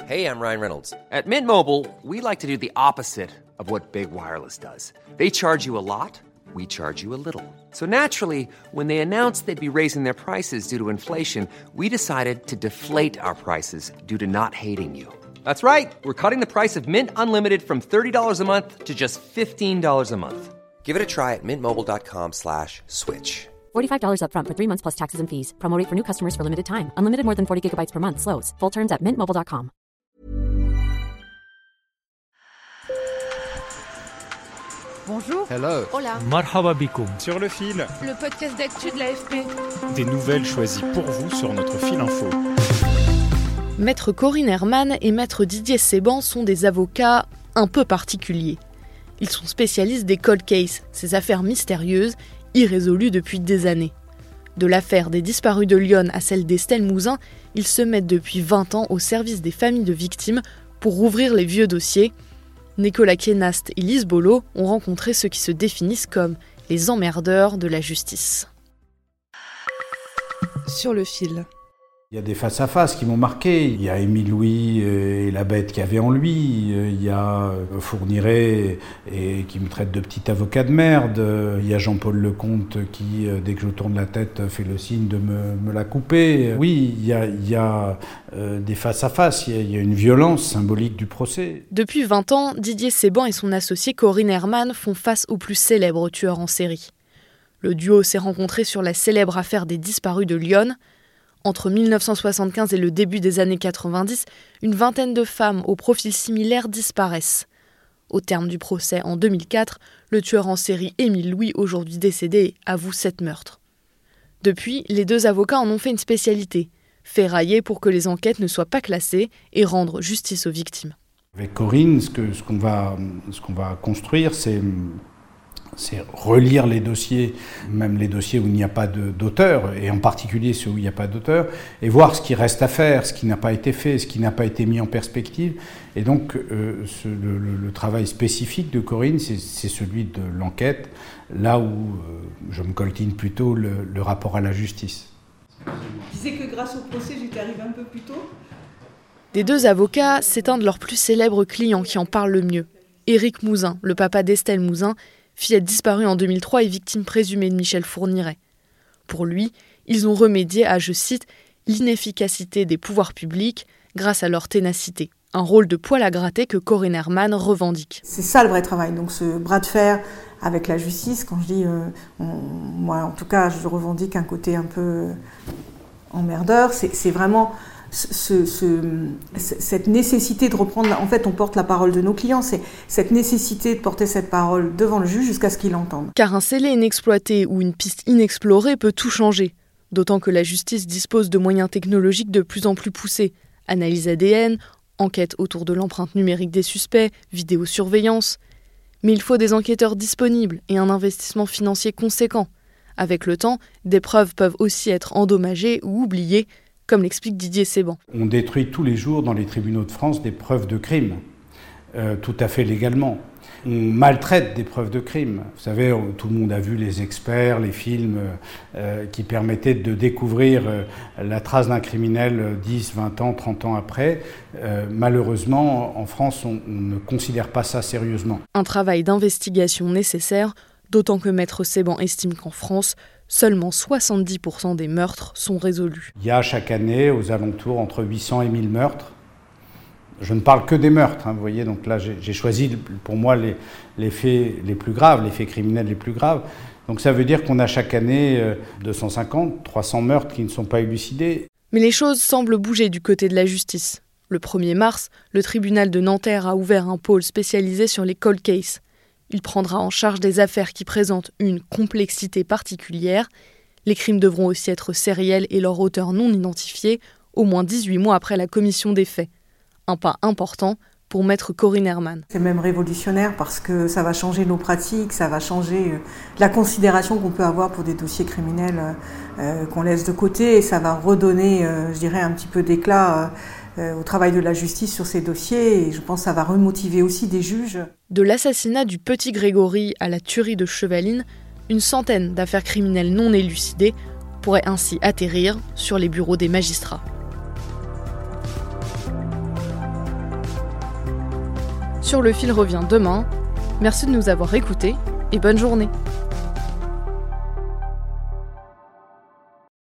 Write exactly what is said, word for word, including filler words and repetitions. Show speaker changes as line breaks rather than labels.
Hey, I'm Ryan Reynolds. At Mint Mobile, we like to do the opposite of what Big Wireless does. They charge you a lot, we charge you a little. So naturally, when they announced they'd be raising their prices due to inflation, we decided to deflate our prices due to not hating you. That's right. We're cutting the price of Mint Unlimited from thirty dollars a month to just fifteen dollars a month. Give it a try at mintmobile.com slash switch.
forty-five dollars up front for three months plus taxes and fees. Promo rate for new customers for limited time. Unlimited more than forty gigabytes per month. Slows full terms at mint mobile dot com.
Bonjour.
Hello.
Hola.
Marhaba bikoum.
Sur le fil.
Le podcast d'actu de l'A F P.
Des nouvelles choisies pour vous sur notre fil info.
Maître Corinne Herman et Maître Didier Seban sont des avocats un peu particuliers. Ils sont spécialistes des cold cases, ces affaires mystérieuses, irrésolues depuis des années. De l'affaire des disparus de Lyon à celle d'Estelle Mouzin, ils se mettent depuis vingt ans au service des familles de victimes pour rouvrir les vieux dossiers. Nicolas Kienast et Lise Bolo ont rencontré ceux qui se définissent comme les emmerdeurs de la justice. Sur le fil.
Il y a des face-à-face qui m'ont marqué. Il y a Émile Louis et la bête qu'il y avait en lui. Il y a Fourniret et qui me traite de petit avocat de merde. Il y a Jean-Paul Lecomte qui, dès que je tourne la tête, fait le signe de me, me la couper. Oui, il y a, il y a euh, des face-à-face. Il y a, il y a une violence symbolique du procès.
Depuis vingt ans, Didier Seban et son associé Corinne Herman font face au plus célèbre tueur en série. Le duo s'est rencontré sur la célèbre affaire des disparus de Lyon. Entre mille neuf cent soixante-quinze et le début des années quatre-vingt-dix, une vingtaine de femmes au profil similaire disparaissent. Au terme du procès en deux mille quatre, le tueur en série Émile Louis, aujourd'hui décédé, avoue sept meurtres. Depuis, les deux avocats en ont fait une spécialité, ferrailler pour que les enquêtes ne soient pas classées et rendre justice aux victimes.
Avec Corinne, ce, que, ce, qu'on, va, ce qu'on va construire, c'est... c'est relire les dossiers, même les dossiers où il n'y a pas de, d'auteur, et en particulier ceux où il n'y a pas d'auteur, et voir ce qui reste à faire, ce qui n'a pas été fait, ce qui n'a pas été mis en perspective. Et donc, euh, ce, le, le travail spécifique de Corinne, c'est, c'est celui de l'enquête, là où euh, je me coltine plutôt le, le rapport à la justice.
Je disais que grâce au procès, j'étais arrivée un peu plus tôt.
Des deux avocats, c'est un de leurs plus célèbres clients qui en parle le mieux. Éric Mouzin, le papa d'Estelle Mouzin, fillette disparue en deux mille trois et victime présumée de Michel Fourniret. Pour lui, ils ont remédié à, je cite, « l'inefficacité des pouvoirs publics grâce à leur ténacité ». Un rôle de poil à gratter que Corinne Herman revendique.
C'est ça le vrai travail, donc ce bras de fer avec la justice. Quand je dis, euh, on, moi en tout cas, je revendique un côté un peu emmerdeur, c'est, c'est vraiment... Ce, ce, cette nécessité de reprendre, en fait on porte la parole de nos clients, c'est cette nécessité de porter cette parole devant le juge jusqu'à ce qu'il l'entende.
Car un scellé inexploité ou une piste inexplorée peut tout changer, d'autant que la justice dispose de moyens technologiques de plus en plus poussés. Analyse A D N, enquête autour de l'empreinte numérique des suspects, vidéosurveillance. Mais il faut des enquêteurs disponibles et un investissement financier conséquent. Avec le temps, des preuves peuvent aussi être endommagées ou oubliées, comme l'explique Didier Seban.
On détruit tous les jours dans les tribunaux de France des preuves de crime, euh, tout à fait légalement. On maltraite des preuves de crime. Vous savez, tout le monde a vu les experts, les films euh, qui permettaient de découvrir euh, la trace d'un criminel dix, vingt ans, trente ans après. Euh, malheureusement, en France, on, on ne considère pas ça sérieusement.
Un travail d'investigation nécessaire, d'autant que Maître Seban estime qu'en France, seulement soixante-dix pour cent des meurtres sont résolus.
Il y a chaque année aux alentours entre huit cents et mille meurtres. Je ne parle que des meurtres, hein, vous voyez, donc là j'ai, j'ai choisi pour moi les, les faits les plus graves, les faits criminels les plus graves. Donc ça veut dire qu'on a chaque année euh, deux cent cinquante, trois cents meurtres qui ne sont pas élucidés.
Mais les choses semblent bouger du côté de la justice. Le premier mars, le tribunal de Nanterre a ouvert un pôle spécialisé sur les cold cases. Il prendra en charge des affaires qui présentent une complexité particulière. Les crimes devront aussi être sériels et leur auteur non identifié, au moins dix-huit mois après la commission des faits. Un pas important pour Maître Corinne Herman.
C'est même révolutionnaire parce que ça va changer nos pratiques, ça va changer la considération qu'on peut avoir pour des dossiers criminels euh, qu'on laisse de côté et ça va redonner, euh, je dirais, un petit peu d'éclat euh, au travail de la justice sur ces dossiers et je pense que ça va remotiver aussi des juges.
De l'assassinat du petit Grégory à la tuerie de Chevaline, une centaine d'affaires criminelles non élucidées pourraient ainsi atterrir sur les bureaux des magistrats. Sur le fil revient demain. Merci de nous avoir écoutés et bonne journée.